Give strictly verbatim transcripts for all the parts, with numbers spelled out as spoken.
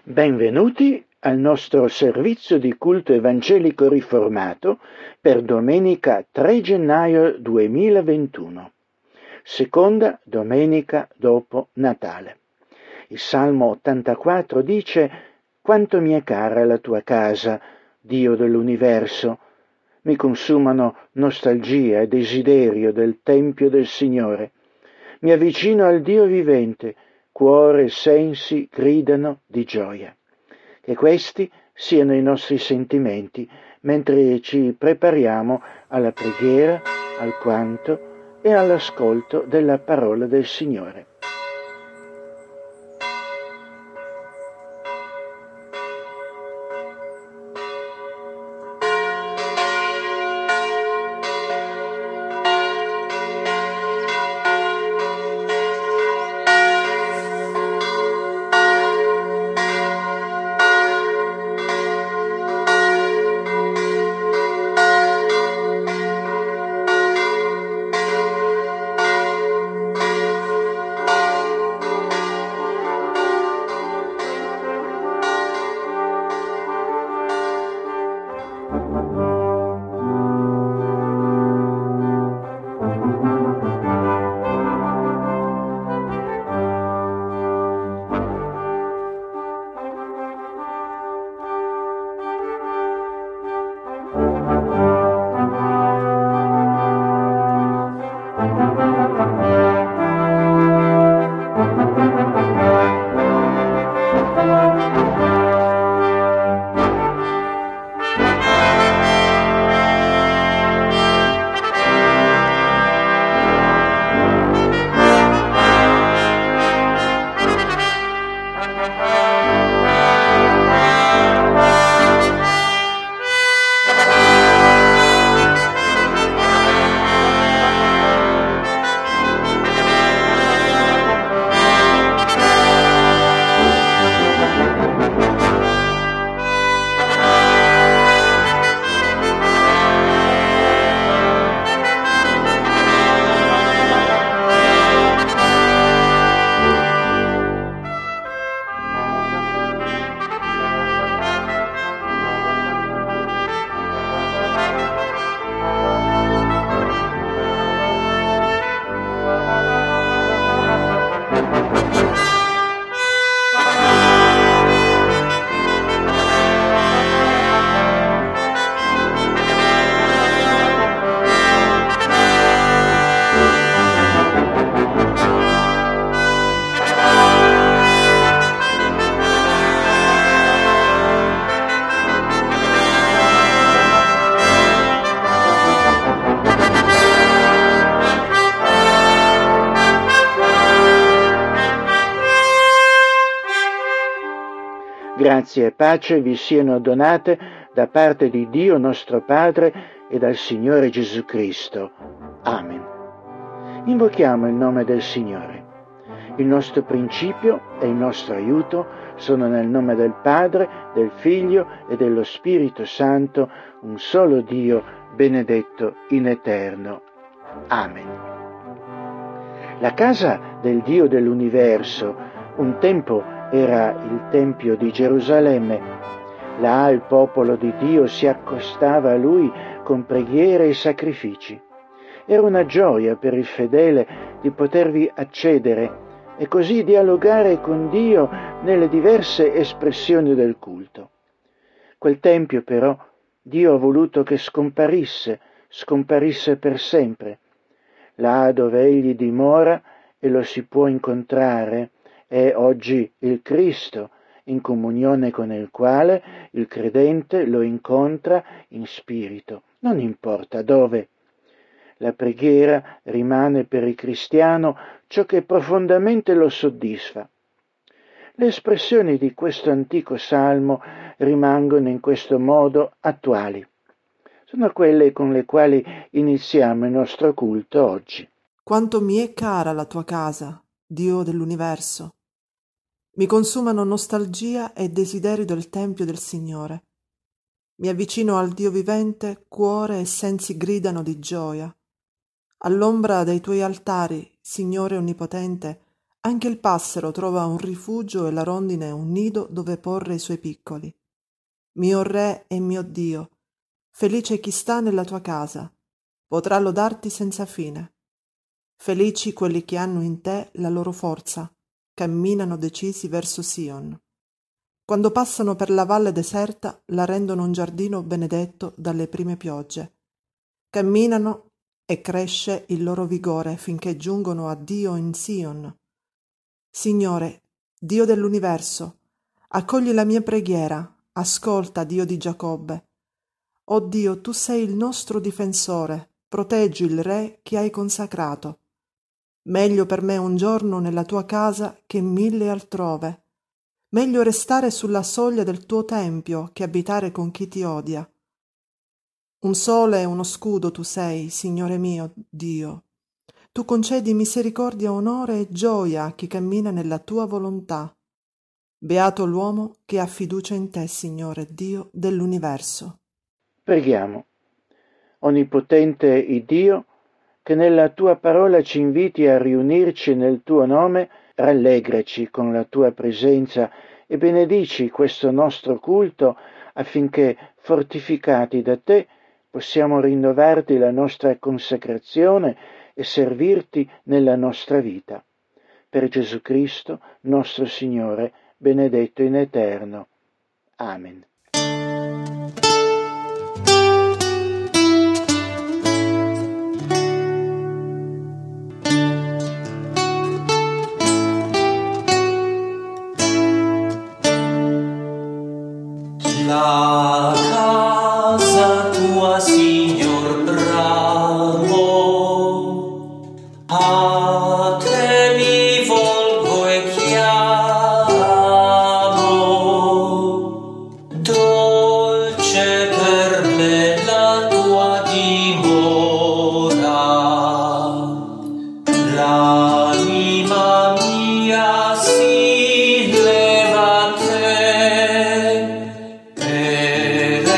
Benvenuti al nostro servizio di culto evangelico riformato per domenica tre gennaio duemilaventuno, seconda domenica dopo Natale. Il Salmo ottantaquattro dice: «Quanto mi è cara la tua casa, Dio dell'universo! Mi consumano nostalgia e desiderio del Tempio del Signore. Mi avvicino al Dio vivente, cuore e sensi gridano di gioia». Che questi siano i nostri sentimenti mentre ci prepariamo alla preghiera, al canto e all'ascolto della parola del Signore. Grazie e pace vi siano donate da parte di Dio nostro Padre e dal Signore Gesù Cristo. Amen. Invochiamo il nome del Signore. Il nostro principio e il nostro aiuto sono nel nome del Padre, del Figlio e dello Spirito Santo, un solo Dio, benedetto in eterno. Amen. La casa del Dio dell'universo, un tempo era il Tempio di Gerusalemme. Là il popolo di Dio si accostava a Lui con preghiere e sacrifici. Era una gioia per il fedele di potervi accedere e così dialogare con Dio nelle diverse espressioni del culto. Quel Tempio però Dio ha voluto che scomparisse, scomparisse per sempre. Là dove Egli dimora e lo si può incontrare, è oggi il Cristo, in comunione con il quale il credente lo incontra in spirito, non importa dove. La preghiera rimane per il cristiano ciò che profondamente lo soddisfa. Le espressioni di questo antico salmo rimangono in questo modo attuali. Sono quelle con le quali iniziamo il nostro culto oggi. Quanto mi è cara la tua casa, Dio dell'universo! Mi consumano nostalgia e desiderio del Tempio del Signore. Mi avvicino al Dio vivente, cuore e sensi gridano di gioia. All'ombra dei tuoi altari, Signore Onnipotente, Anche il passero trova un rifugio e la rondine un nido dove porre i suoi piccoli. Mio Re e mio Dio, felice chi sta nella tua casa, potrà lodarti senza fine. Felici quelli che hanno in te la loro forza, camminano decisi verso Sion. Quando passano per la valle deserta, la rendono un giardino benedetto dalle prime piogge. Camminano e cresce il loro vigore finché giungono a Dio in Sion. Signore, Dio dell'universo, accogli la mia preghiera, ascolta, Dio di Giacobbe. O Dio, tu sei il nostro difensore, proteggi il Re che hai consacrato. Meglio per me un giorno nella tua casa che mille altrove. Meglio restare sulla soglia del tuo tempio che abitare con chi ti odia. Un sole e uno scudo tu sei, Signore mio, Dio. Tu concedi misericordia, onore e gioia a chi cammina nella tua volontà. Beato l'uomo che ha fiducia in te, Signore Dio dell'universo. Preghiamo. Onnipotente Iddio, che nella tua parola ci inviti a riunirci nel tuo nome, rallegraci con la tua presenza e benedici questo nostro culto affinché, fortificati da te, possiamo rinnovarti la nostra consacrazione e servirti nella nostra vita. Per Gesù Cristo, nostro Signore, benedetto in eterno. Amen. La casa tua, Signor, bramo, a te mi volgo e chiamo, dolce per me la tua dimora, l'anima mia si leva a te. Per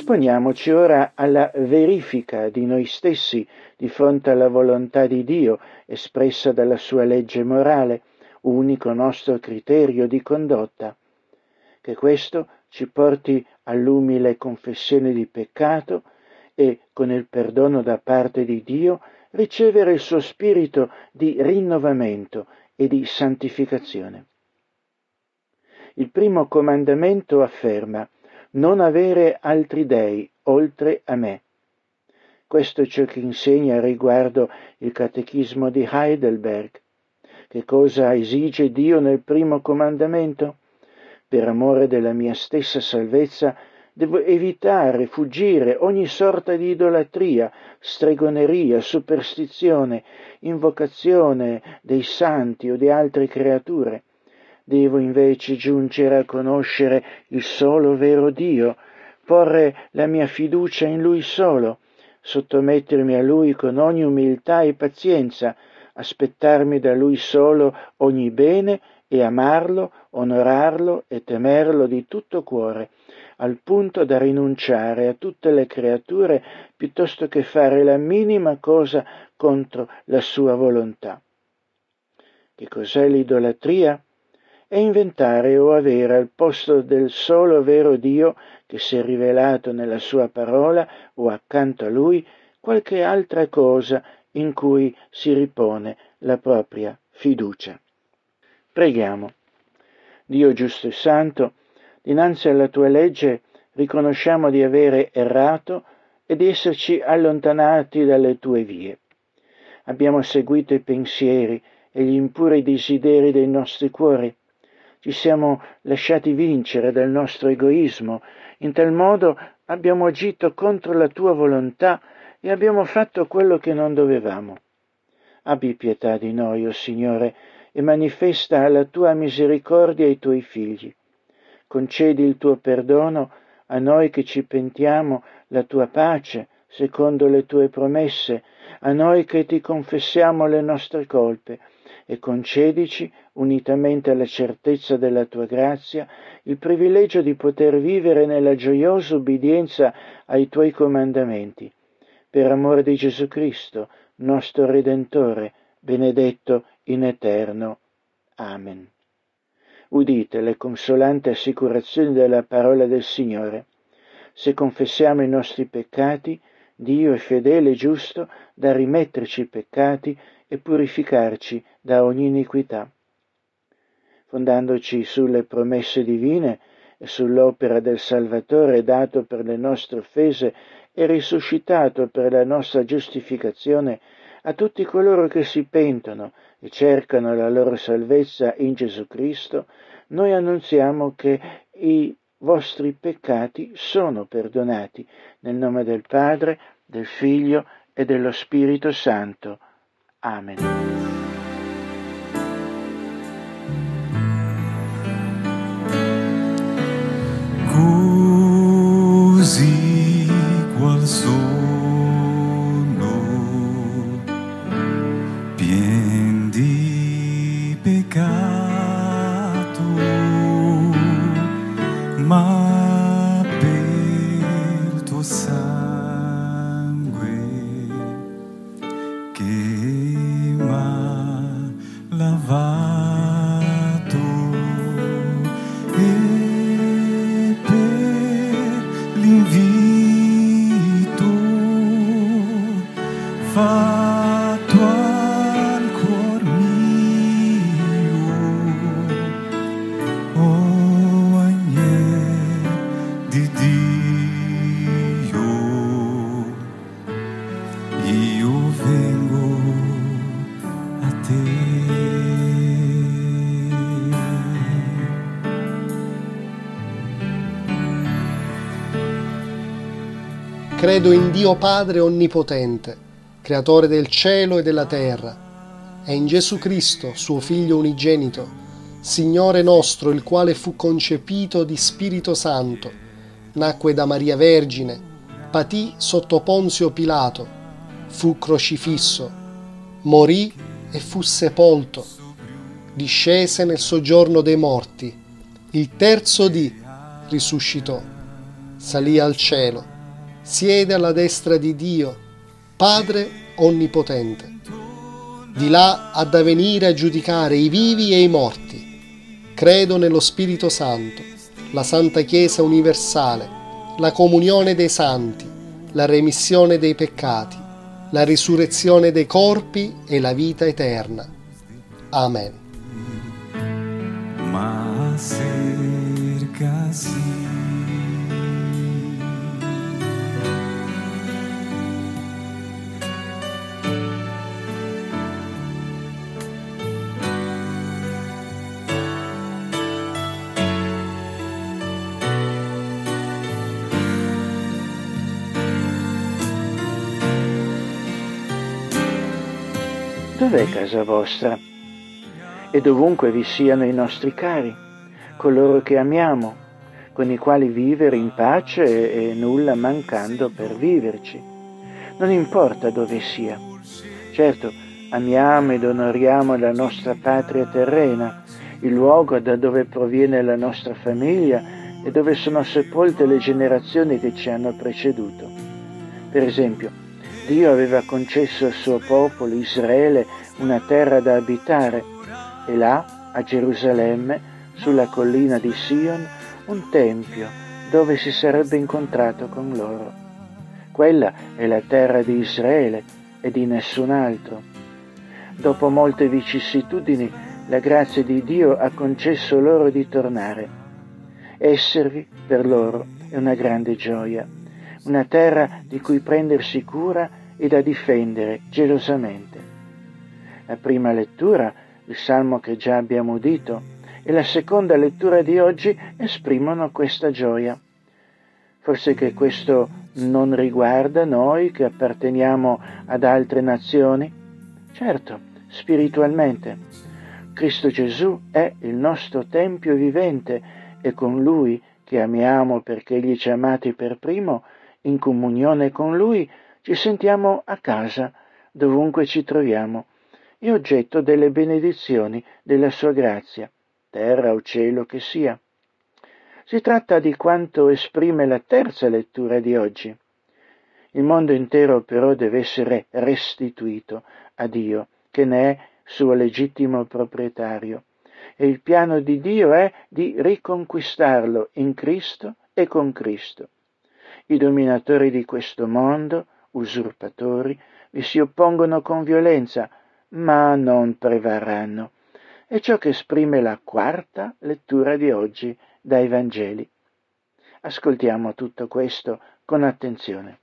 disponiamoci ora alla verifica di noi stessi di fronte alla volontà di Dio espressa dalla sua legge morale, unico nostro criterio di condotta. Che questo ci porti all'umile confessione di peccato e, con il perdono da parte di Dio, ricevere il suo spirito di rinnovamento e di santificazione. Il primo comandamento afferma: non avere altri dei oltre a me. Questo è ciò che insegna riguardo il Catechismo di Heidelberg. Che cosa esige Dio nel primo comandamento? Per amore della mia stessa salvezza devo evitare, fuggire ogni sorta di idolatria, stregoneria, superstizione, invocazione dei santi o di altre creature. Devo invece giungere a conoscere il solo vero Dio, porre la mia fiducia in Lui solo, sottomettermi a Lui con ogni umiltà e pazienza, aspettarmi da Lui solo ogni bene e amarlo, onorarlo e temerlo di tutto cuore, al punto da rinunciare a tutte le creature piuttosto che fare la minima cosa contro la sua volontà. Che cos'è l'idolatria? È inventare o avere al posto del solo vero Dio che si è rivelato nella sua parola o accanto a Lui qualche altra cosa in cui si ripone la propria fiducia. Preghiamo. Dio giusto e santo, dinanzi alla tua legge riconosciamo di avere errato e di esserci allontanati dalle tue vie. Abbiamo seguito i pensieri e gli impuri desideri dei nostri cuori. Ci siamo lasciati vincere dal nostro egoismo, in tal modo abbiamo agito contro la tua volontà e abbiamo fatto quello che non dovevamo. Abbi pietà di noi, o Signore, e manifesta la tua misericordia ai tuoi figli. Concedi il tuo perdono a noi che ci pentiamo, la tua pace, secondo le tue promesse, a noi che ti confessiamo le nostre colpe, e concedici, unitamente alla certezza della tua grazia, il privilegio di poter vivere nella gioiosa ubbidienza ai tuoi comandamenti. Per amore di Gesù Cristo, nostro Redentore, benedetto in eterno. Amen. Udite le consolanti assicurazioni della parola del Signore. Se confessiamo i nostri peccati, Dio è fedele e giusto da rimetterci i peccati e purificarci da ogni iniquità. Fondandoci sulle promesse divine e sull'opera del Salvatore dato per le nostre offese e risuscitato per la nostra giustificazione, a tutti coloro che si pentono e cercano la loro salvezza in Gesù Cristo, noi annunziamo che i vostri peccati sono perdonati, nel nome del Padre, del Figlio e dello Spirito Santo. Amen. Così qual sono pien di peccato, ma per tuo sangue che m'ha lavato e per l'invito fatto al cuor mio, o agnello di Dio, io vengo a te. Credo in Dio Padre Onnipotente, Creatore del cielo e della terra, e in Gesù Cristo, suo Figlio unigenito, Signore nostro, il quale fu concepito di Spirito Santo, nacque da Maria Vergine, patì sotto Ponzio Pilato, fu crocifisso, morì e fu sepolto, discese nel soggiorno dei morti, il terzo dì risuscitò, salì al cielo, siede alla destra di Dio, Padre Onnipotente. Di là ha da venire a giudicare i vivi e i morti. Credo nello Spirito Santo, la Santa Chiesa universale, la comunione dei santi, la remissione dei peccati, la risurrezione dei corpi e la vita eterna. Amen. Ma acércase. Dov'è casa vostra? E dovunque vi siano i nostri cari, coloro che amiamo, con i quali vivere in pace e, e nulla mancando per viverci. Non importa dove sia. Certo, amiamo ed onoriamo la nostra patria terrena, il luogo da dove proviene la nostra famiglia e dove sono sepolte le generazioni che ci hanno preceduto. Per esempio, Dio aveva concesso al suo popolo, Israele, una terra da abitare e là, a Gerusalemme, sulla collina di Sion, un tempio dove si sarebbe incontrato con loro. Quella è la terra di Israele e di nessun altro. Dopo molte vicissitudini, la grazia di Dio ha concesso loro di tornare. Esservi per loro è una grande gioia, una terra di cui prendersi cura e da difendere gelosamente. La prima lettura, il Salmo che già abbiamo udito, e la seconda lettura di oggi esprimono questa gioia. Forse che questo non riguarda noi che apparteniamo ad altre nazioni? Certo, spiritualmente. Cristo Gesù è il nostro Tempio vivente e con Lui, che amiamo perché Egli ci ha amati per primo, in comunione con Lui, ci sentiamo a casa, dovunque ci troviamo, e oggetto delle benedizioni della Sua grazia, terra o cielo che sia. Si tratta di quanto esprime la terza lettura di oggi. Il mondo intero però deve essere restituito a Dio, che ne è suo legittimo proprietario, e il piano di Dio è di riconquistarlo in Cristo e con Cristo. I dominatori di questo mondo, usurpatori, vi si oppongono con violenza, ma non prevarranno. È ciò che esprime la quarta lettura di oggi dai Vangeli. Ascoltiamo tutto questo con attenzione.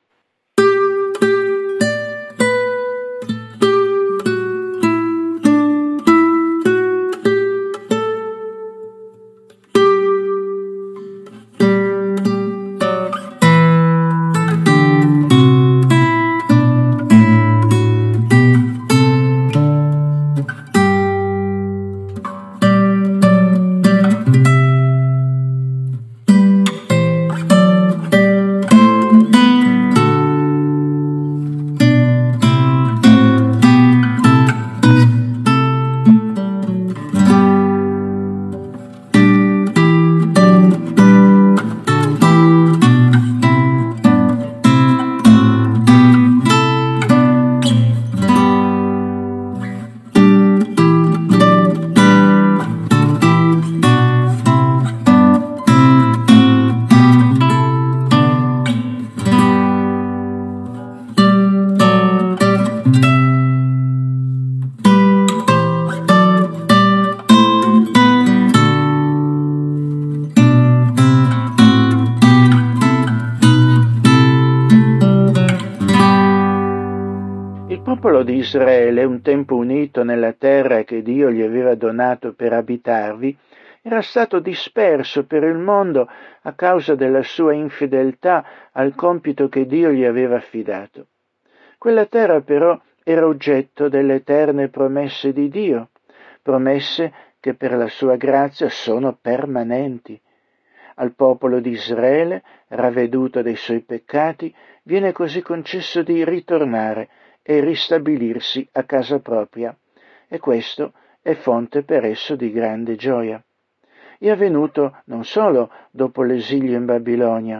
Il popolo di Israele, un tempo unito nella terra che Dio gli aveva donato per abitarvi, era stato disperso per il mondo a causa della sua infedeltà al compito che Dio gli aveva affidato. Quella terra però era oggetto delle eterne promesse di Dio, promesse che per la sua grazia sono permanenti. Al popolo di Israele, ravveduto dei suoi peccati, viene così concesso di ritornare e ristabilirsi a casa propria, e questo è fonte per esso di grande gioia. È avvenuto non solo dopo l'esilio in Babilonia,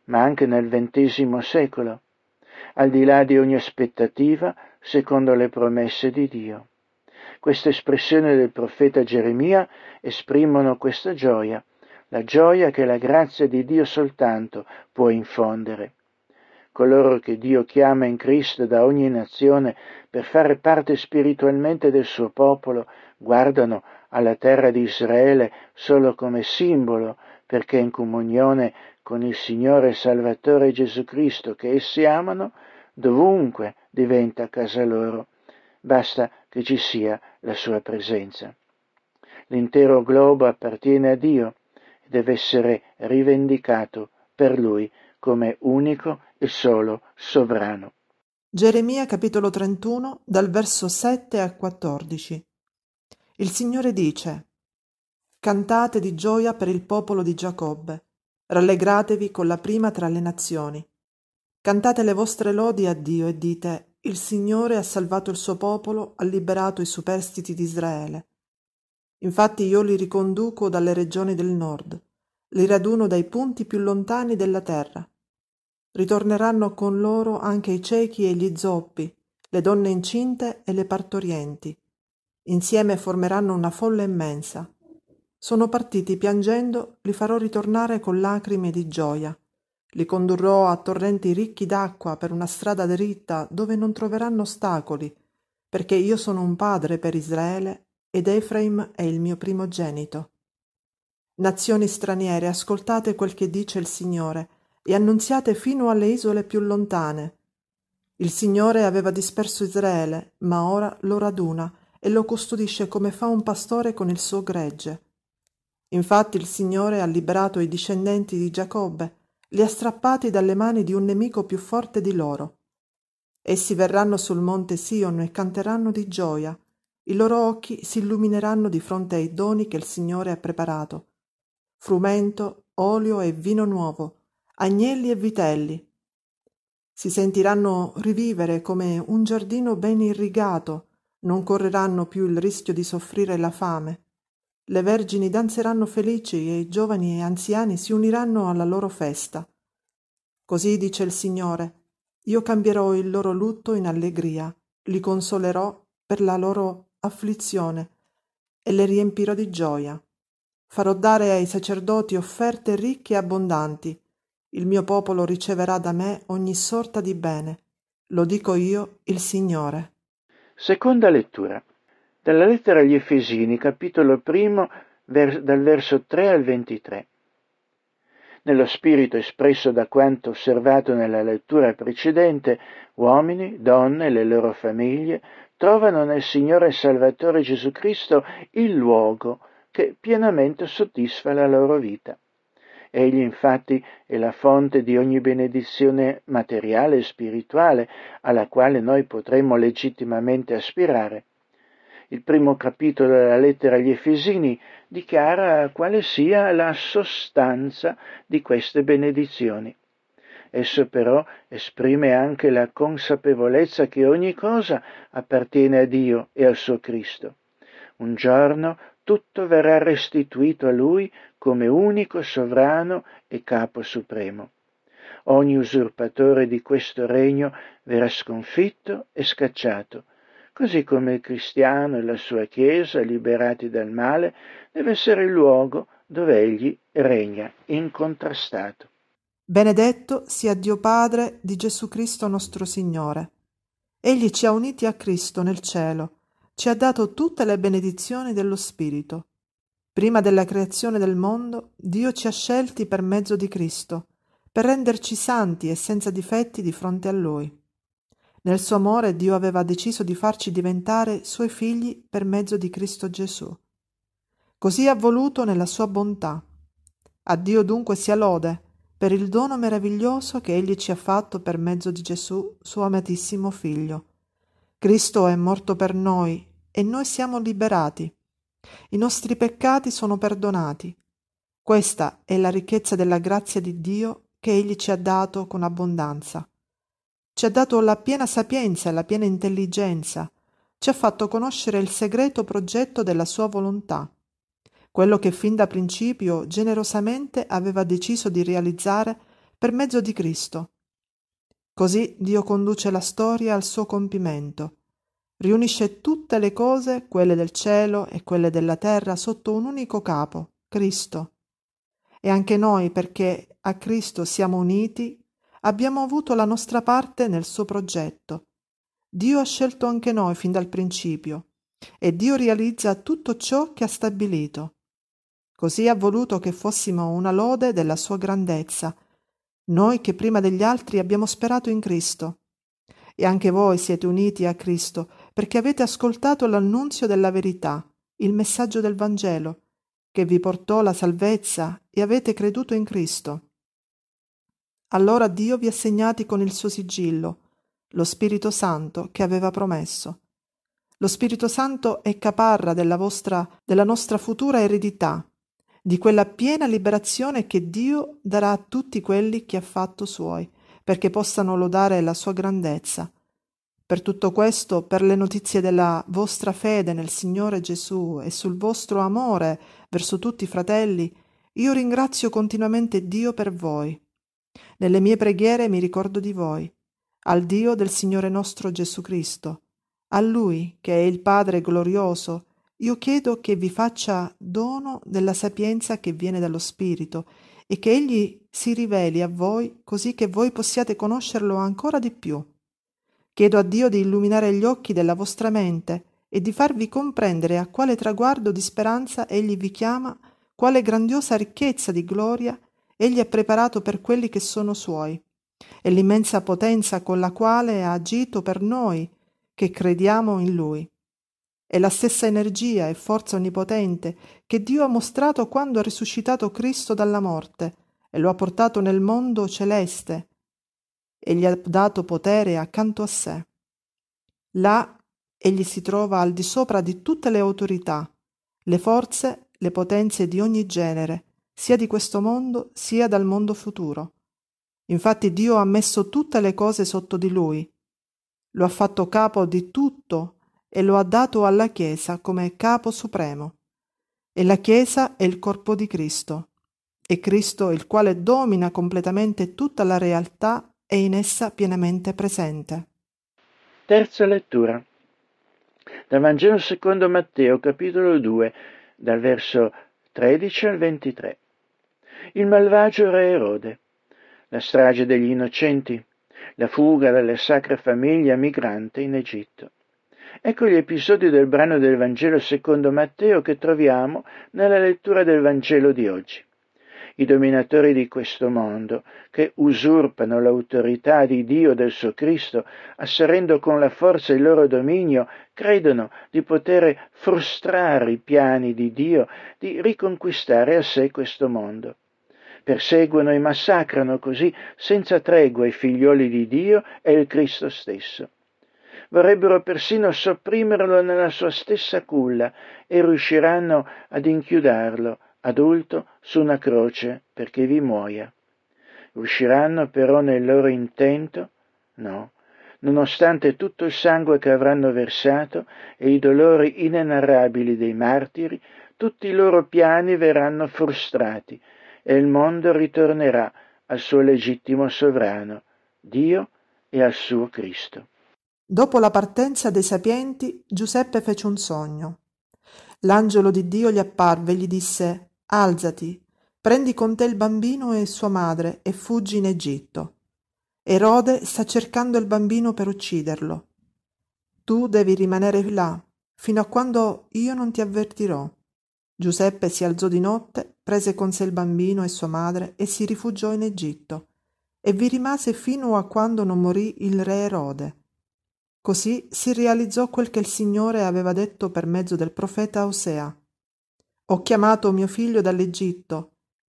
ma anche nel ventesimo secolo, al di là di ogni aspettativa, secondo le promesse di Dio. Queste espressioni del profeta Geremia esprimono questa gioia, la gioia che la grazia di Dio soltanto può infondere. Coloro che Dio chiama in Cristo da ogni nazione per fare parte spiritualmente del suo popolo guardano alla terra di Israele solo come simbolo, perché in comunione con il Signore e Salvatore Gesù Cristo che essi amano, dovunque diventa casa loro. Basta che ci sia la sua presenza. L'intero globo appartiene a Dio e deve essere rivendicato per Lui come unico e solo sovrano. Geremia capitolo trentuno, dal verso sette al quattordici. Il Signore dice: Cantate di gioia per il popolo di Giacobbe, rallegratevi con la prima tra le nazioni. Cantate le vostre lodi a Dio e dite: Il Signore ha salvato il suo popolo, ha liberato i superstiti di Israele. Infatti io li riconduco dalle regioni del nord, li raduno dai punti più lontani della terra. Ritorneranno con loro anche i ciechi e gli zoppi, le donne incinte e le partorienti. Insieme formeranno una folla immensa. Sono partiti piangendo, li farò ritornare con lacrime di gioia. Li condurrò a torrenti ricchi d'acqua per una strada dritta dove non troveranno ostacoli, perché io sono un padre per Israele ed Efraim è il mio primogenito. Nazioni straniere, ascoltate quel che dice il Signore e annunziate fino alle isole più lontane. Il Signore aveva disperso Israele, ma ora lo raduna e lo custodisce come fa un pastore con il suo gregge. Infatti il Signore ha liberato i discendenti di Giacobbe, li ha strappati dalle mani di un nemico più forte di loro. Essi verranno sul monte Sion e canteranno di gioia. I loro occhi si illumineranno di fronte ai doni che il Signore ha preparato: frumento, olio e vino nuovo, agnelli e vitelli. Si sentiranno rivivere come un giardino ben irrigato, non correranno più il rischio di soffrire la fame. Le vergini danzeranno felici e i giovani e anziani si uniranno alla loro festa. Così dice il Signore: io cambierò il loro lutto in allegria, li consolerò per la loro afflizione e le riempirò di gioia. Farò dare ai sacerdoti offerte ricche e abbondanti. Il mio popolo riceverà da me ogni sorta di bene. Lo dico io, il Signore. Seconda lettura. Dalla lettera agli Efesini, capitolo primo, vers- dal verso tre al ventitré. Nello spirito espresso da quanto osservato nella lettura precedente, uomini, donne e le loro famiglie trovano nel Signore Salvatore Gesù Cristo il luogo che pienamente soddisfa la loro vita. Egli infatti è la fonte di ogni benedizione materiale e spirituale alla quale noi potremmo legittimamente aspirare. Il primo capitolo della lettera agli Efesini dichiara quale sia la sostanza di queste benedizioni. Esso però esprime anche la consapevolezza che ogni cosa appartiene a Dio e al suo Cristo. Un giorno tutto verrà restituito a Lui come unico sovrano e capo supremo. Ogni usurpatore di questo regno verrà sconfitto e scacciato, così come il cristiano e la sua Chiesa, liberati dal male, deve essere il luogo dove egli regna incontrastato. Benedetto sia Dio Padre di Gesù Cristo nostro Signore. Egli ci ha uniti a Cristo nel cielo, ci ha dato tutte le benedizioni dello Spirito. Prima della creazione del mondo, Dio ci ha scelti per mezzo di Cristo, per renderci santi e senza difetti di fronte a Lui. Nel suo amore Dio aveva deciso di farci diventare Suoi figli per mezzo di Cristo Gesù. Così ha voluto nella sua bontà. A Dio dunque sia lode per il dono meraviglioso che Egli ci ha fatto per mezzo di Gesù, suo amatissimo Figlio. Cristo è morto per noi e noi siamo liberati. I nostri peccati sono perdonati. Questa è la ricchezza della grazia di Dio che Egli ci ha dato con abbondanza. Ci ha dato la piena sapienza e la piena intelligenza, ci ha fatto conoscere il segreto progetto della sua volontà, quello che fin da principio generosamente aveva deciso di realizzare per mezzo di Cristo. Così Dio conduce la storia al suo compimento, riunisce tutte le cose, quelle del cielo e quelle della terra, sotto un unico capo, Cristo. E anche noi, perché a Cristo siamo uniti, abbiamo avuto la nostra parte nel suo progetto. Dio ha scelto anche noi fin dal principio, e Dio realizza tutto ciò che ha stabilito. Così ha voluto che fossimo una lode della sua grandezza, noi che prima degli altri abbiamo sperato in Cristo. E anche voi siete uniti a Cristo, perché avete ascoltato l'annunzio della verità, il messaggio del Vangelo, che vi portò la salvezza, e avete creduto in Cristo. Allora Dio vi ha segnati con il suo sigillo, lo Spirito Santo che aveva promesso. Lo Spirito Santo è caparra della vostra, della nostra futura eredità, di quella piena liberazione che Dio darà a tutti quelli che ha fatto suoi, perché possano lodare la sua grandezza. Per tutto questo, per le notizie della vostra fede nel Signore Gesù e sul vostro amore verso tutti i fratelli, io ringrazio continuamente Dio per voi. Nelle mie preghiere mi ricordo di voi, al Dio del Signore nostro Gesù Cristo. A Lui, che è il Padre glorioso, io chiedo che vi faccia dono della sapienza che viene dallo Spirito e che Egli si riveli a voi così che voi possiate conoscerlo ancora di più. Chiedo a Dio di illuminare gli occhi della vostra mente e di farvi comprendere a quale traguardo di speranza Egli vi chiama, quale grandiosa ricchezza di gloria Egli ha preparato per quelli che sono Suoi, e l'immensa potenza con la quale ha agito per noi che crediamo in Lui. È la stessa energia e forza onnipotente che Dio ha mostrato quando ha risuscitato Cristo dalla morte e lo ha portato nel mondo celeste e gli ha dato potere accanto a sé. Là egli si trova al di sopra di tutte le autorità, le forze, le potenze di ogni genere, sia di questo mondo sia dal mondo futuro. Infatti Dio ha messo tutte le cose sotto di Lui, lo ha fatto capo di tutto e lo ha dato alla Chiesa come capo supremo. E la Chiesa è il corpo di Cristo, e Cristo, il quale domina completamente tutta la realtà, è in essa pienamente presente. Terza lettura. Dal Vangelo secondo Matteo, capitolo due, dal verso tredici al ventitré. Il malvagio re Erode, la strage degli innocenti, la fuga dalle sacre famiglie migrante in Egitto. Ecco gli episodi del brano del Vangelo secondo Matteo che troviamo nella lettura del Vangelo di oggi. I dominatori di questo mondo, che usurpano l'autorità di Dio del suo Cristo, asserendo con la forza il loro dominio, credono di poter frustrare i piani di Dio di riconquistare a sé questo mondo. Perseguono e massacrano così senza tregua i figlioli di Dio e il Cristo stesso. Vorrebbero persino sopprimerlo nella sua stessa culla e riusciranno ad inchiudarlo adulto su una croce perché vi muoia. Riusciranno però nel loro intento? No. Nonostante tutto il sangue che avranno versato e i dolori inenarrabili dei martiri, tutti i loro piani verranno frustrati e il mondo ritornerà al suo legittimo sovrano, Dio, e al suo Cristo. Dopo la partenza dei sapienti, Giuseppe fece un sogno. L'angelo di Dio gli apparve e gli disse: «Alzati, prendi con te il bambino e sua madre e fuggi in Egitto. Erode sta cercando il bambino per ucciderlo. Tu devi rimanere là, fino a quando io non ti avvertirò». Giuseppe si alzò di notte, prese con sé il bambino e sua madre e si rifugiò in Egitto, e vi rimase fino a quando non morì il re Erode. Così si realizzò quel che il Signore aveva detto per mezzo del profeta Osea: «Ho chiamato mio figlio dall'Egitto».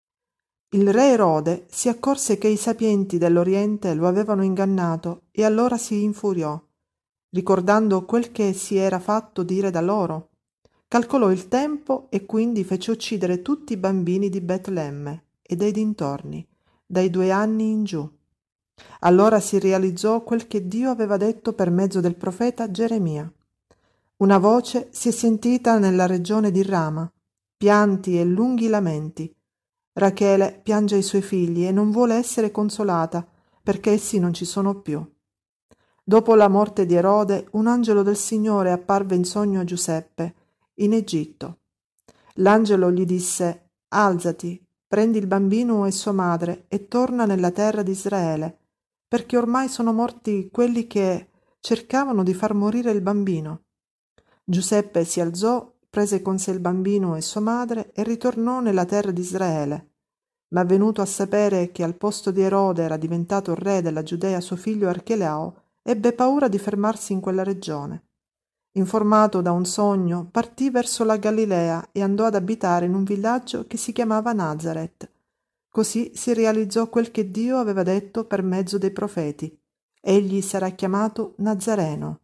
Il re Erode si accorse che i sapienti dell'Oriente lo avevano ingannato e allora si infuriò, ricordando quel che si era fatto dire da loro. Calcolò il tempo e quindi fece uccidere tutti i bambini di Betlemme e dei dintorni, dai due anni in giù. Allora si realizzò quel che Dio aveva detto per mezzo del profeta Geremia. Una voce si è sentita nella regione di Rama, pianti e lunghi lamenti, Rachele piange i suoi figli e non vuole essere consolata perché essi non ci sono più. Dopo la morte di Erode, un angelo del Signore apparve in sogno a Giuseppe, in Egitto. L'angelo gli disse: «Alzati, prendi il bambino e sua madre e torna nella terra di Israele, perché ormai sono morti quelli che cercavano di far morire il bambino». Giuseppe si alzò, prese con sé il bambino e sua madre e ritornò nella terra di Israele. Ma venuto a sapere che al posto di Erode era diventato re della Giudea suo figlio Archelao, ebbe paura di fermarsi in quella regione. Informato da un sogno, partì verso la Galilea e andò ad abitare in un villaggio che si chiamava Nazaret. Così si realizzò quel che Dio aveva detto per mezzo dei profeti: egli sarà chiamato Nazareno.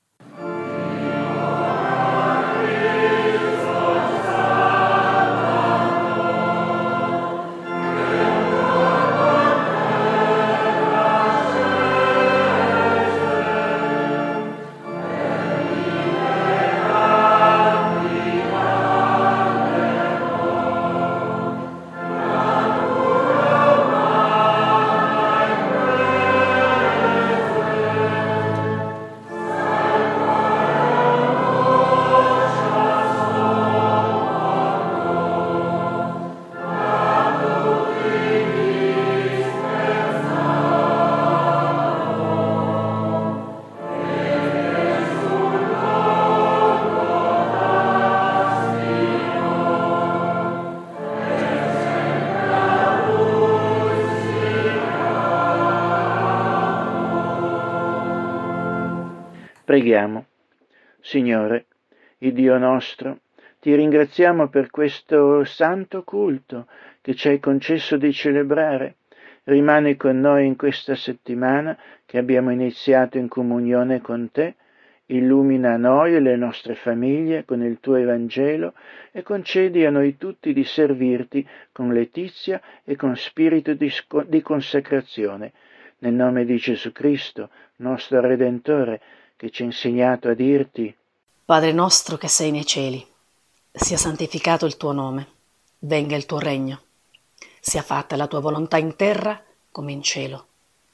Preghiamo. Signore, il Dio nostro, ti ringraziamo per questo santo culto che ci hai concesso di celebrare. Rimani con noi in questa settimana che abbiamo iniziato in comunione con te. Illumina noi e le nostre famiglie con il tuo Evangelo e concedi a noi tutti di servirti con letizia e con spirito di, sco- di consacrazione. Nel nome di Gesù Cristo, nostro Redentore, che ci ha insegnato a dirti: Padre nostro che sei nei cieli, sia santificato il tuo nome, venga il tuo regno, sia fatta la tua volontà in terra come in cielo.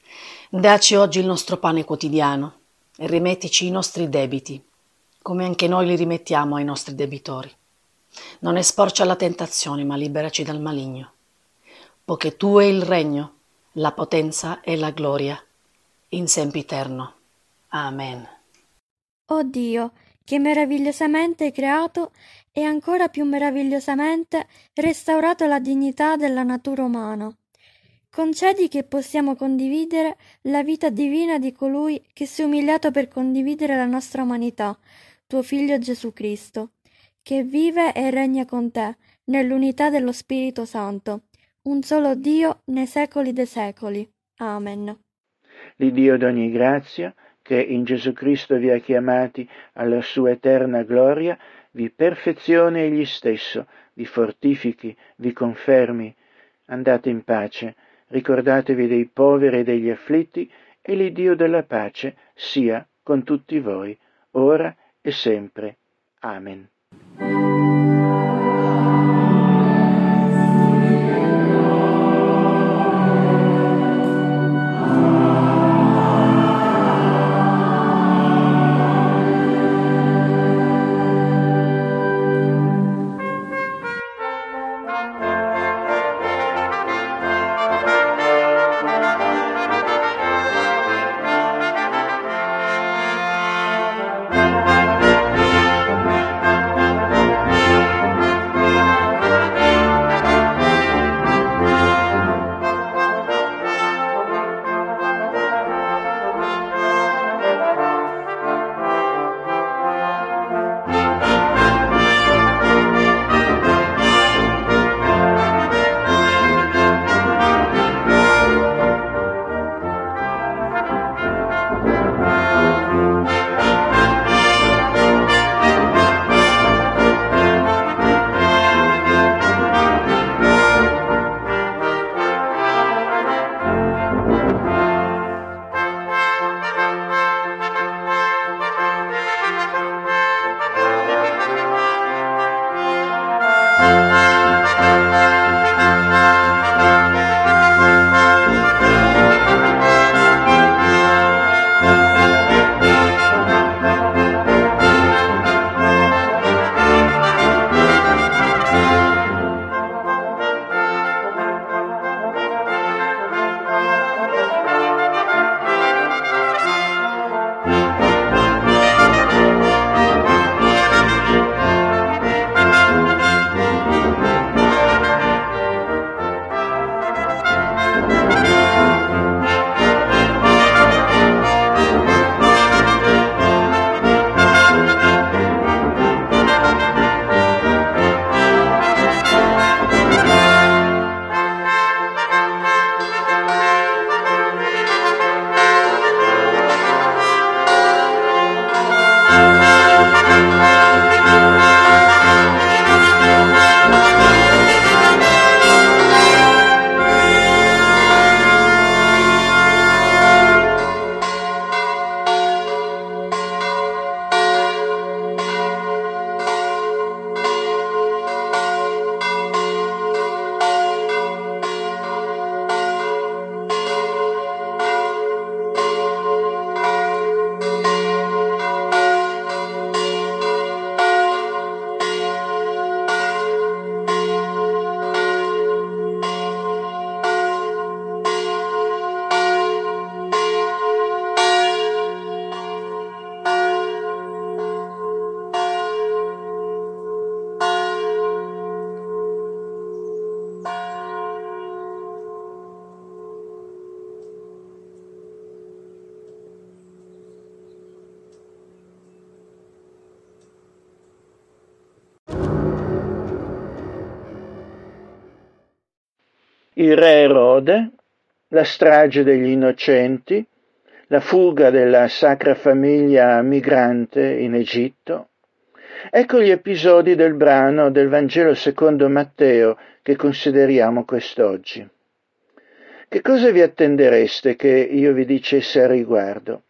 Dacci oggi il nostro pane quotidiano e rimettici i nostri debiti, come anche noi li rimettiamo ai nostri debitori. Non esporci alla tentazione, ma liberaci dal maligno, poiché tu è il regno, la potenza e la gloria, in sempiterno. Amen. Oh Dio, che meravigliosamente hai creato e ancora più meravigliosamente restaurato la dignità della natura umana. Concedi che possiamo condividere la vita divina di colui che si è umiliato per condividere la nostra umanità, tuo Figlio Gesù Cristo, che vive e regna con te nell'unità dello Spirito Santo, un solo Dio nei secoli dei secoli. Amen. L'Iddio d'ogni grazia, che in Gesù Cristo vi ha chiamati alla sua eterna gloria, vi perfezioni egli stesso, vi fortifichi, vi confermi. Andate in pace, ricordatevi dei poveri e degli afflitti, e l'Iddio della pace sia con tutti voi, ora e sempre. Amen. il re Erode, la strage degli innocenti, la fuga della Sacra Famiglia migrante in Egitto. Ecco gli episodi del brano del Vangelo secondo Matteo che consideriamo quest'oggi. Che cosa vi attendereste che io vi dicesse a riguardo?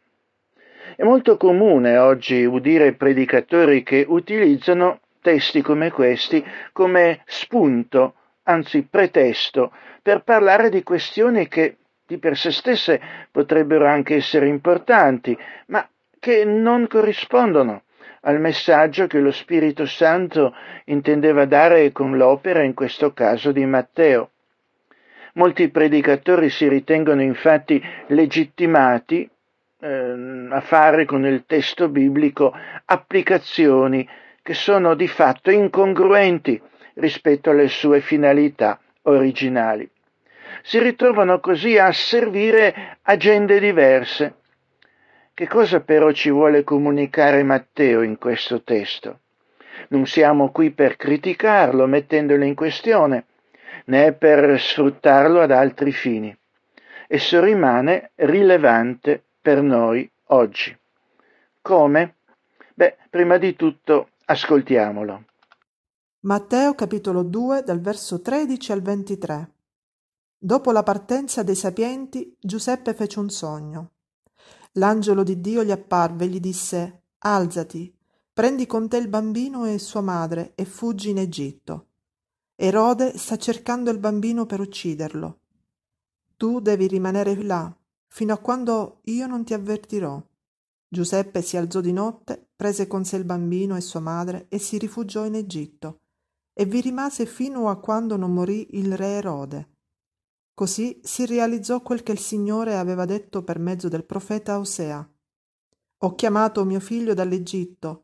È molto comune oggi udire predicatori che utilizzano testi come questi come spunto, anzi pretesto, per parlare di questioni che di per sé stesse potrebbero anche essere importanti, ma che non corrispondono al messaggio che lo Spirito Santo intendeva dare con l'opera, in questo caso, di Matteo. Molti predicatori si ritengono infatti legittimati eh, a fare con il testo biblico applicazioni che sono di fatto incongruenti rispetto alle sue finalità originali. Si ritrovano così a servire agende diverse. Che cosa però ci vuole comunicare Matteo in questo testo? Non siamo qui per criticarlo mettendolo in questione, né per sfruttarlo ad altri fini. Esso rimane rilevante per noi oggi. Come? Beh, prima di tutto ascoltiamolo. Matteo capitolo due dal verso tredici al ventitré. Dopo la partenza dei sapienti, Giuseppe fece un sogno. L'angelo di Dio gli apparve e gli disse: «Alzati, prendi con te il bambino e sua madre e fuggi in Egitto. Erode sta cercando il bambino per ucciderlo. Tu devi rimanere là, fino a quando io non ti avvertirò». Giuseppe si alzò di notte, prese con sé il bambino e sua madre e si rifugiò in Egitto, e vi rimase fino a quando non morì il re Erode. Così si realizzò quel che il Signore aveva detto per mezzo del profeta Osea: «Ho chiamato mio figlio dall'Egitto».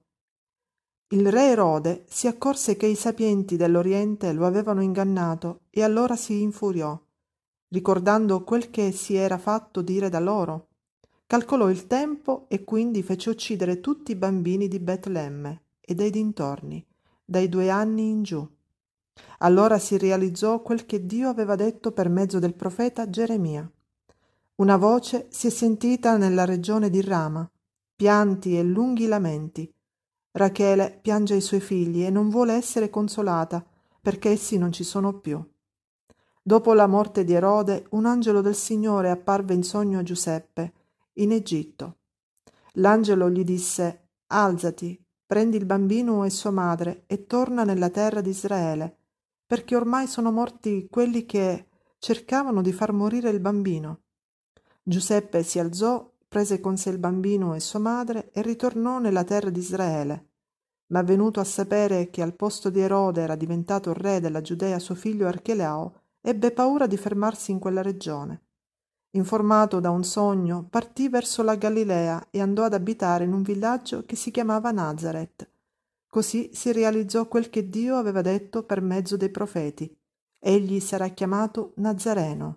Il re Erode si accorse che i sapienti dell'Oriente lo avevano ingannato e allora si infuriò, ricordando quel che si era fatto dire da loro. Calcolò il tempo e quindi fece uccidere tutti i bambini di Betlemme e dei dintorni, dai due anni in giù. Allora si realizzò quel che Dio aveva detto per mezzo del profeta Geremia. Una voce si è sentita nella regione di Rama, pianti e lunghi lamenti. Rachele piange i suoi figli e non vuole essere consolata perché essi non ci sono più. Dopo la morte di Erode, un angelo del Signore apparve in sogno a Giuseppe, in Egitto. L'angelo gli disse: «Alzati, prendi il bambino e sua madre e torna nella terra di Israele, perché ormai sono morti quelli che cercavano di far morire il bambino». Giuseppe si alzò, prese con sé il bambino e sua madre e ritornò nella terra di Israele. Ma venuto a sapere che al posto di Erode era diventato re della Giudea suo figlio Archelao, ebbe paura di fermarsi in quella regione. Informato da un sogno, partì verso la Galilea e andò ad abitare in un villaggio che si chiamava Nazaret. Così si realizzò quel che Dio aveva detto per mezzo dei profeti: «Egli sarà chiamato Nazareno».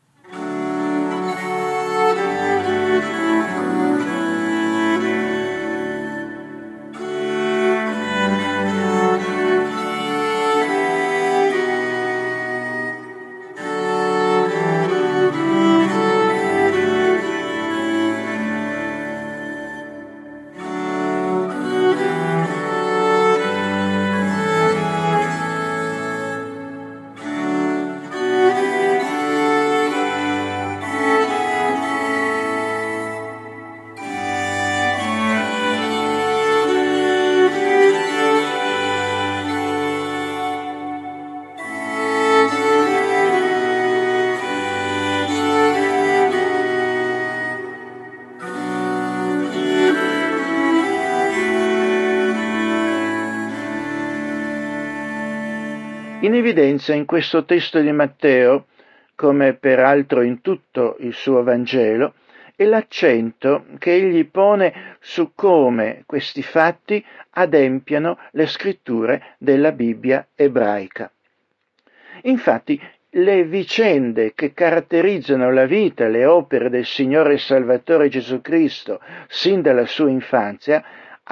In evidenza in questo testo di Matteo, come peraltro in tutto il suo Vangelo, è l'accento che egli pone su come questi fatti adempiano le scritture della Bibbia ebraica. Infatti, le vicende che caratterizzano la vita e le opere del Signore Salvatore Gesù Cristo sin dalla sua infanzia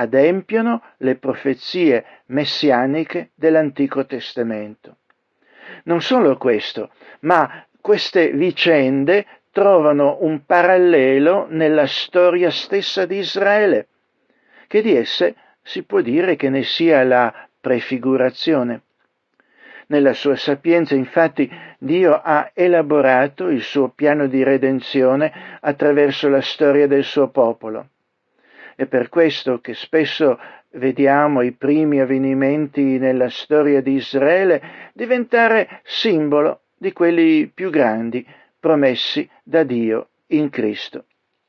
adempiono le profezie messianiche dell'Antico Testamento. Non solo questo, ma queste vicende trovano un parallelo nella storia stessa di Israele, che di esse si può dire che ne sia la prefigurazione. Nella sua sapienza, infatti, Dio ha elaborato il suo piano di redenzione attraverso la storia del suo popolo. È per questo che spesso vediamo i primi avvenimenti nella storia di Israele diventare simbolo di quelli più grandi promessi da Dio in Cristo.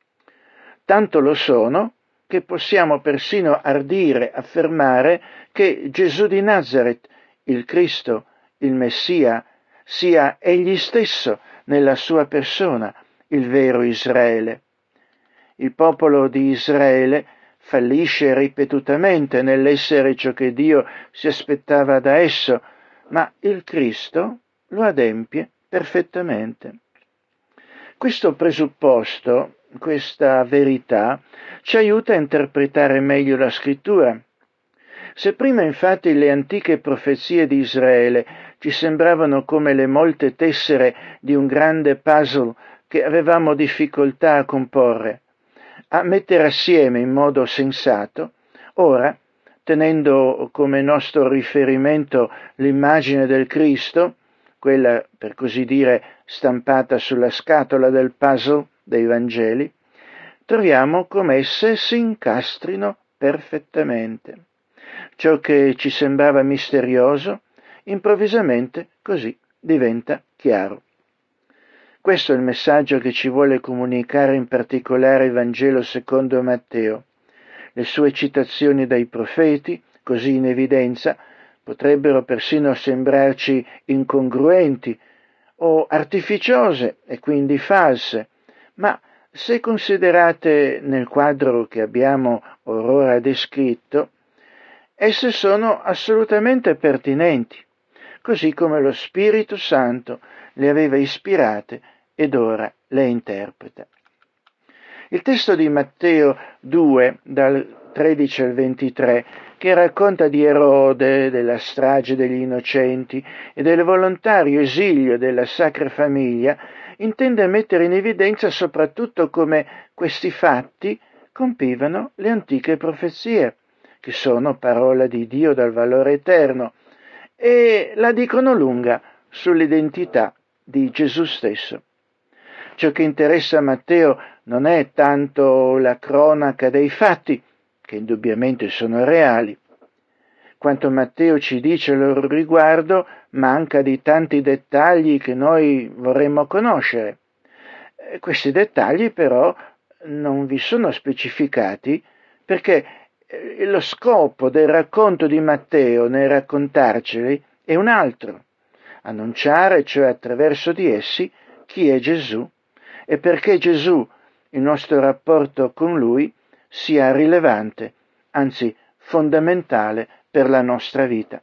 Tanto lo sono che possiamo persino ardire affermare che Gesù di Nazaret, il Cristo, il Messia, sia egli stesso nella sua persona il vero Israele. Il popolo di Israele fallisce ripetutamente nell'essere ciò che Dio si aspettava da esso, ma il Cristo lo adempie perfettamente. Questo presupposto, questa verità, ci aiuta a interpretare meglio la Scrittura. Se prima infatti le antiche profezie di Israele ci sembravano come le molte tessere di un grande puzzle che avevamo difficoltà a comporre, a mettere assieme in modo sensato, ora, tenendo come nostro riferimento l'immagine del Cristo, quella per così dire stampata sulla scatola del puzzle dei Vangeli, troviamo come esse si incastrino perfettamente. Ciò che ci sembrava misterioso, improvvisamente così diventa chiaro. Questo è il messaggio che ci vuole comunicare in particolare il Vangelo secondo Matteo. Le sue citazioni dai profeti, così in evidenza, potrebbero persino sembrarci incongruenti o artificiose e quindi false, ma se considerate nel quadro che abbiamo orora descritto, esse sono assolutamente pertinenti, così come lo Spirito Santo le aveva ispirate ed ora le interpreta. Il testo di Matteo due, dal tredici al ventitré, che racconta di Erode, della strage degli innocenti e del volontario esilio della Sacra Famiglia, intende mettere in evidenza soprattutto come questi fatti compivano le antiche profezie, che sono parola di Dio dal valore eterno, e la dicono lunga sull'identità di Gesù stesso. Ciò che interessa Matteo non è tanto la cronaca dei fatti, che indubbiamente sono reali. Quanto Matteo ci dice a loro riguardo manca di tanti dettagli che noi vorremmo conoscere. Questi dettagli però non vi sono specificati perché lo scopo del racconto di Matteo nel raccontarceli è un altro: annunciare, cioè attraverso di essi, chi è Gesù e perché Gesù, il nostro rapporto con Lui, sia rilevante, anzi fondamentale per la nostra vita.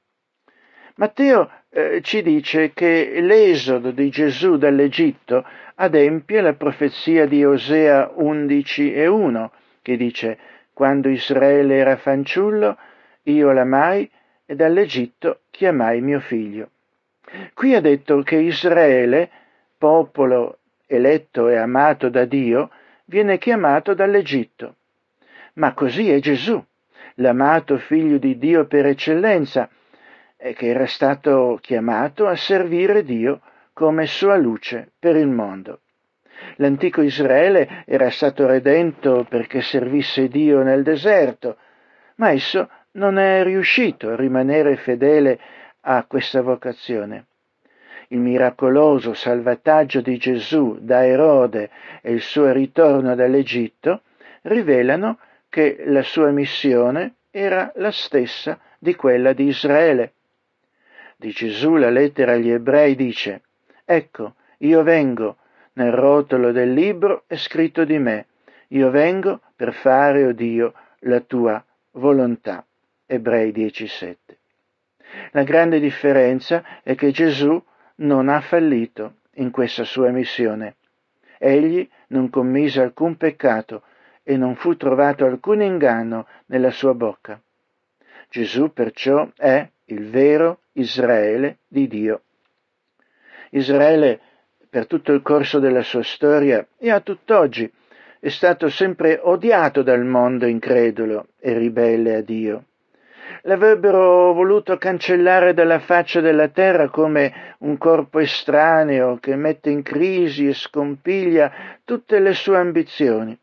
Matteo eh, ci dice che l'esodo di Gesù dall'Egitto adempie la profezia di Osea undici e uno, che dice: «Quando Israele era fanciullo, io l'amai e dall'Egitto chiamai mio figlio». Qui ha detto che Israele, popolo eletto e amato da Dio, viene chiamato dall'Egitto. Ma così è Gesù, l'amato figlio di Dio per eccellenza, e che era stato chiamato a servire Dio come sua luce per il mondo. L'antico Israele era stato redento perché servisse Dio nel deserto, ma esso non è riuscito a rimanere fedele a questa vocazione. Il miracoloso salvataggio di Gesù da Erode e il suo ritorno dall'Egitto rivelano che la sua missione era la stessa di quella di Israele. Di Gesù la lettera agli Ebrei dice: «Ecco, io vengo, nel rotolo del libro è scritto di me, io vengo per fare, o Dio, la tua volontà». Ebrei dieci sette. La grande differenza è che Gesù non ha fallito in questa sua missione. Egli non commise alcun peccato e non fu trovato alcun inganno nella sua bocca. Gesù perciò è il vero Israele di Dio Israele, per tutto il corso della sua storia e a tutt'oggi, è stato sempre odiato dal mondo incredulo e ribelle a Dio. L'avrebbero voluto cancellare dalla faccia della terra come un corpo estraneo che mette in crisi e scompiglia tutte le sue ambizioni.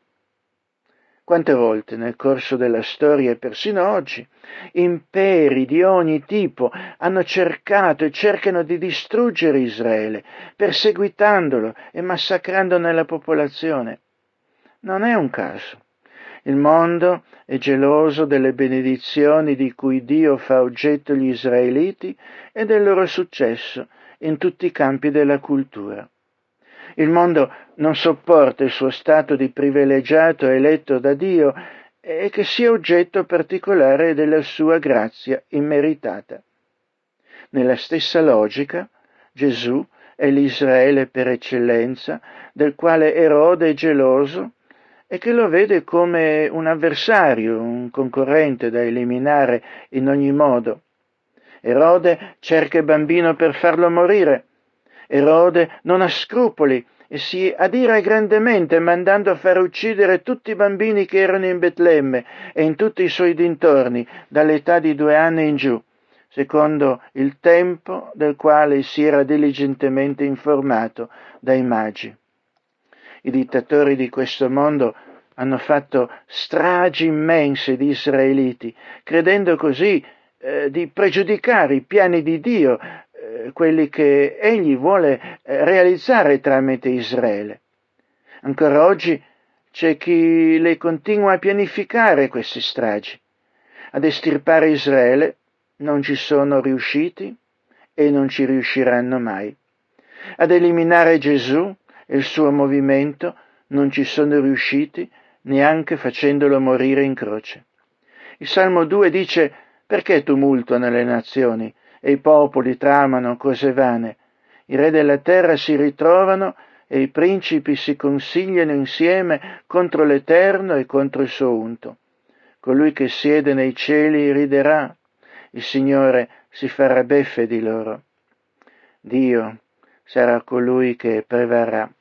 Quante volte nel corso della storia e persino oggi imperi di ogni tipo hanno cercato e cercano di distruggere Israele, perseguitandolo e massacrandone la popolazione. Non è un caso. Il mondo è geloso delle benedizioni di cui Dio fa oggetto gli israeliti e del loro successo in tutti i campi della cultura. Il mondo non sopporta il suo stato di privilegiato eletto da Dio e che sia oggetto particolare della sua grazia immeritata. Nella stessa logica, Gesù è l'Israele per eccellenza, del quale Erode è geloso e che lo vede come un avversario, un concorrente da eliminare in ogni modo. Erode cerca il bambino per farlo morire. Erode non ha scrupoli e si adira grandemente mandando a far uccidere tutti i bambini che erano in Betlemme e in tutti i suoi dintorni, dall'età di due anni in giù, secondo il tempo del quale si era diligentemente informato dai magi. I dittatori di questo mondo hanno fatto stragi immense di israeliti, credendo così eh, di pregiudicare i piani di Dio, quelli che egli vuole realizzare tramite Israele. Ancora oggi c'è chi le continua a pianificare questi stragi. Ad estirpare Israele non ci sono riusciti e non ci riusciranno mai. Ad eliminare Gesù e il suo movimento non ci sono riusciti neanche facendolo morire in croce. Il Salmo due dice: perché tumulto nelle nazioni e i popoli tramano cose vane? I re della terra si ritrovano e i principi si consigliano insieme contro l'Eterno e contro il suo unto. Colui che siede nei cieli riderà, il Signore si farà beffe di loro. Dio sarà colui che prevarrà.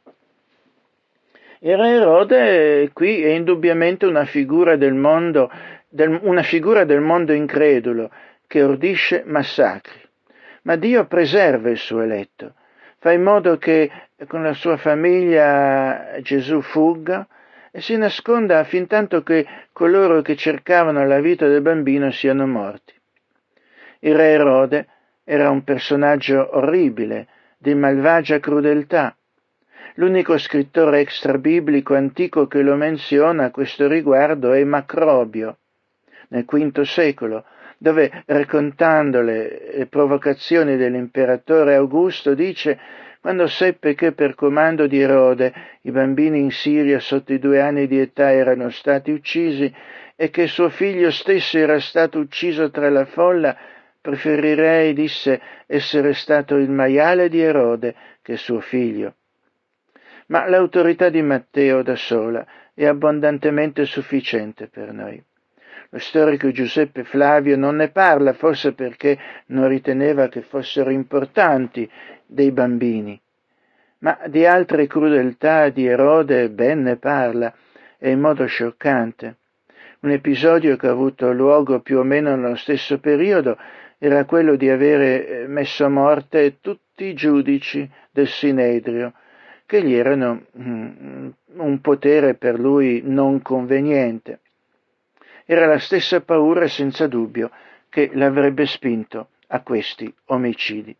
Il re Erode qui è indubbiamente una figura del mondo, del, una figura del mondo incredulo, che ordisce massacri. Ma Dio preserva il suo eletto, fa in modo che con la sua famiglia Gesù fugga e si nasconda fin tanto che coloro che cercavano la vita del bambino siano morti. Il re Erode era un personaggio orribile, di malvagia crudeltà. L'unico scrittore extrabiblico antico che lo menziona a questo riguardo è Macrobio, nel quinto secolo, dove, raccontando le, le provocazioni dell'imperatore Augusto, dice: quando seppe che per comando di Erode i bambini in Siria sotto i due anni di età erano stati uccisi e che suo figlio stesso era stato ucciso tra la folla, preferirei, disse, essere stato il maiale di Erode che suo figlio. Ma l'autorità di Matteo da sola è abbondantemente sufficiente per noi. Lo storico Giuseppe Flavio non ne parla, forse perché non riteneva che fossero importanti dei bambini, ma di altre crudeltà di Erode ben ne parla, e in modo scioccante. Un episodio che ha avuto luogo più o meno nello stesso periodo era quello di avere messo a morte tutti i giudici del Sinedrio, che gli erano mm, un potere per lui non conveniente. Era la stessa paura, senza dubbio, che l'avrebbe spinto a questi omicidi.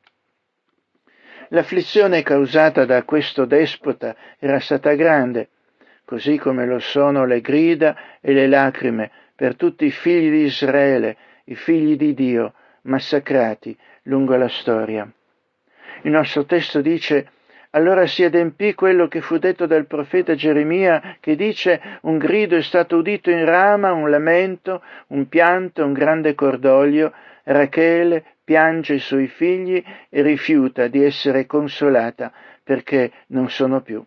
L'afflizione causata da questo despota era stata grande, così come lo sono le grida e le lacrime per tutti i figli di Israele, i figli di Dio, massacrati lungo la storia. Il nostro testo dice: allora si adempì quello che fu detto dal profeta Geremia, che dice: un grido è stato udito in Rama, un lamento, un pianto, un grande cordoglio. Rachele piange i suoi figli e rifiuta di essere consolata perché non sono più.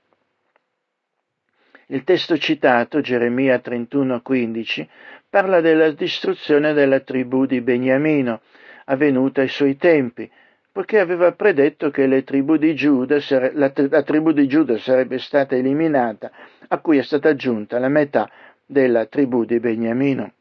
Il testo citato, Geremia trentuno quindici, parla della distruzione della tribù di Beniamino, avvenuta ai suoi tempi, poiché aveva predetto che le tribù di Giuda, la, la tribù di Giuda sarebbe stata eliminata, a cui è stata aggiunta la metà della tribù di Beniamino.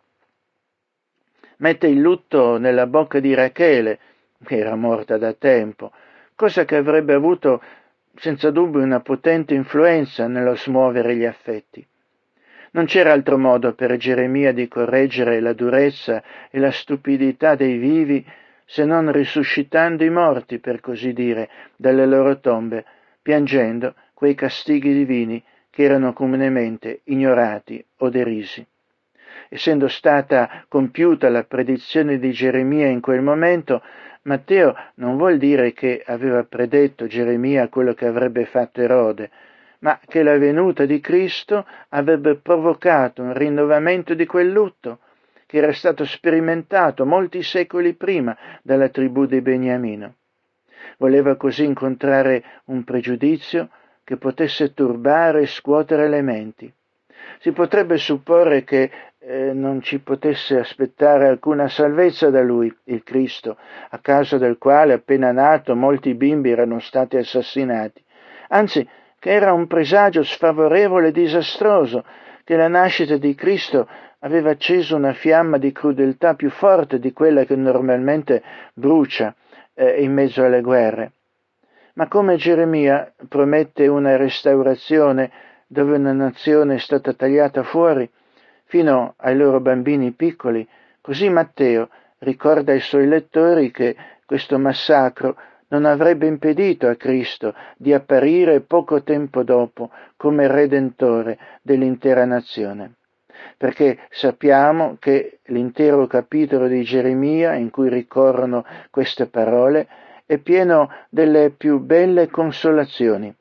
Mette il lutto nella bocca di Rachele, che era morta da tempo, cosa che avrebbe avuto senza dubbio una potente influenza nello smuovere gli affetti. Non c'era altro modo per Geremia di correggere la durezza e la stupidità dei vivi se non risuscitando i morti, per così dire, dalle loro tombe, piangendo quei castighi divini che erano comunemente ignorati o derisi. Essendo stata compiuta la predizione di Geremia in quel momento, Matteo non vuol dire che aveva predetto Geremia quello che avrebbe fatto Erode, ma che la venuta di Cristo avrebbe provocato un rinnovamento di quel lutto che era stato sperimentato molti secoli prima dalla tribù di Beniamino. Voleva così incontrare un pregiudizio che potesse turbare e scuotere le menti. Si potrebbe supporre che eh, non ci potesse aspettare alcuna salvezza da lui, il Cristo, a causa del quale appena nato molti bimbi erano stati assassinati, anzi che era un presagio sfavorevole e disastroso, che la nascita di Cristo aveva acceso una fiamma di crudeltà più forte di quella che normalmente brucia eh, in mezzo alle guerre. Ma come Geremia promette una restaurazione dove una nazione è stata tagliata fuori, fino ai loro bambini piccoli, così Matteo ricorda ai suoi lettori che questo massacro non avrebbe impedito a Cristo di apparire poco tempo dopo come Redentore dell'intera nazione. Perché sappiamo che l'intero capitolo di Geremia in cui ricorrono queste parole è pieno delle più belle consolazioni.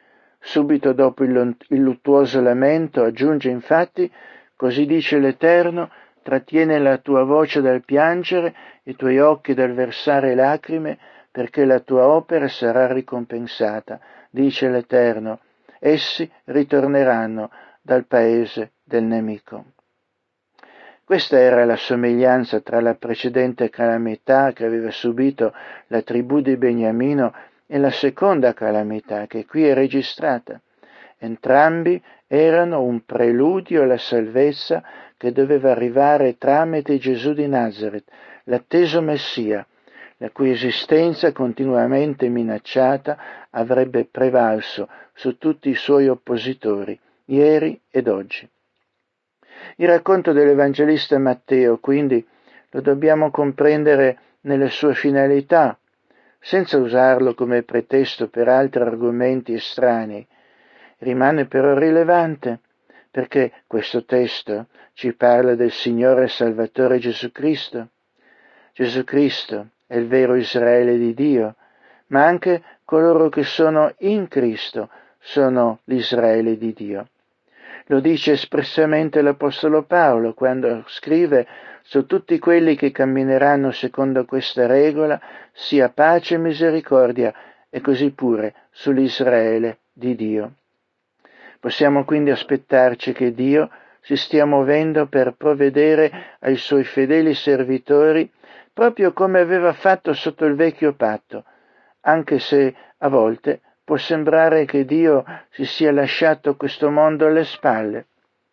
Subito dopo il luttuoso lamento aggiunge infatti: così dice l'Eterno, trattiene la tua voce dal piangere, i tuoi occhi dal versare lacrime, perché la tua opera sarà ricompensata, dice l'Eterno. Essi ritorneranno dal paese del nemico. Questa era la somiglianza tra la precedente calamità che aveva subito la tribù di Beniamino e la seconda calamità che qui è registrata. Entrambi erano un preludio alla salvezza che doveva arrivare tramite Gesù di Nazaret, l'atteso Messia, la cui esistenza continuamente minacciata avrebbe prevalso su tutti i suoi oppositori, ieri ed oggi. Il racconto dell'Evangelista Matteo, quindi, lo dobbiamo comprendere nelle sue finalità, senza usarlo come pretesto per altri argomenti estranei. Rimane però rilevante perché questo testo ci parla del Signore e Salvatore Gesù Cristo. Gesù Cristo è il vero Israele di Dio, ma anche coloro che sono in Cristo sono l'Israele di Dio. Lo dice espressamente l'Apostolo Paolo quando scrive: su tutti quelli che cammineranno secondo questa regola sia pace e misericordia, e così pure sull'Israele di Dio. Possiamo quindi aspettarci che Dio si stia muovendo per provvedere ai suoi fedeli servitori proprio come aveva fatto sotto il vecchio patto, anche se a volte può sembrare che Dio si sia lasciato questo mondo alle spalle.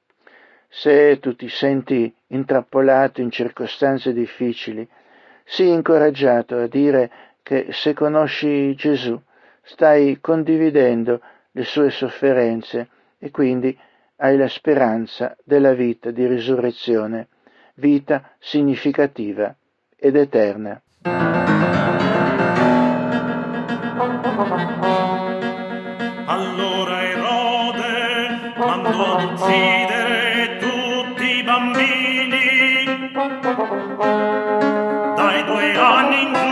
Se tu ti senti intrappolato in circostanze difficili, sii incoraggiato a dire che se conosci Gesù stai condividendo le sue sofferenze e quindi hai la speranza della vita di risurrezione, vita significativa ed eterna. Allora Erode mandò ad uccidere tutti i bambini dai due anni in giù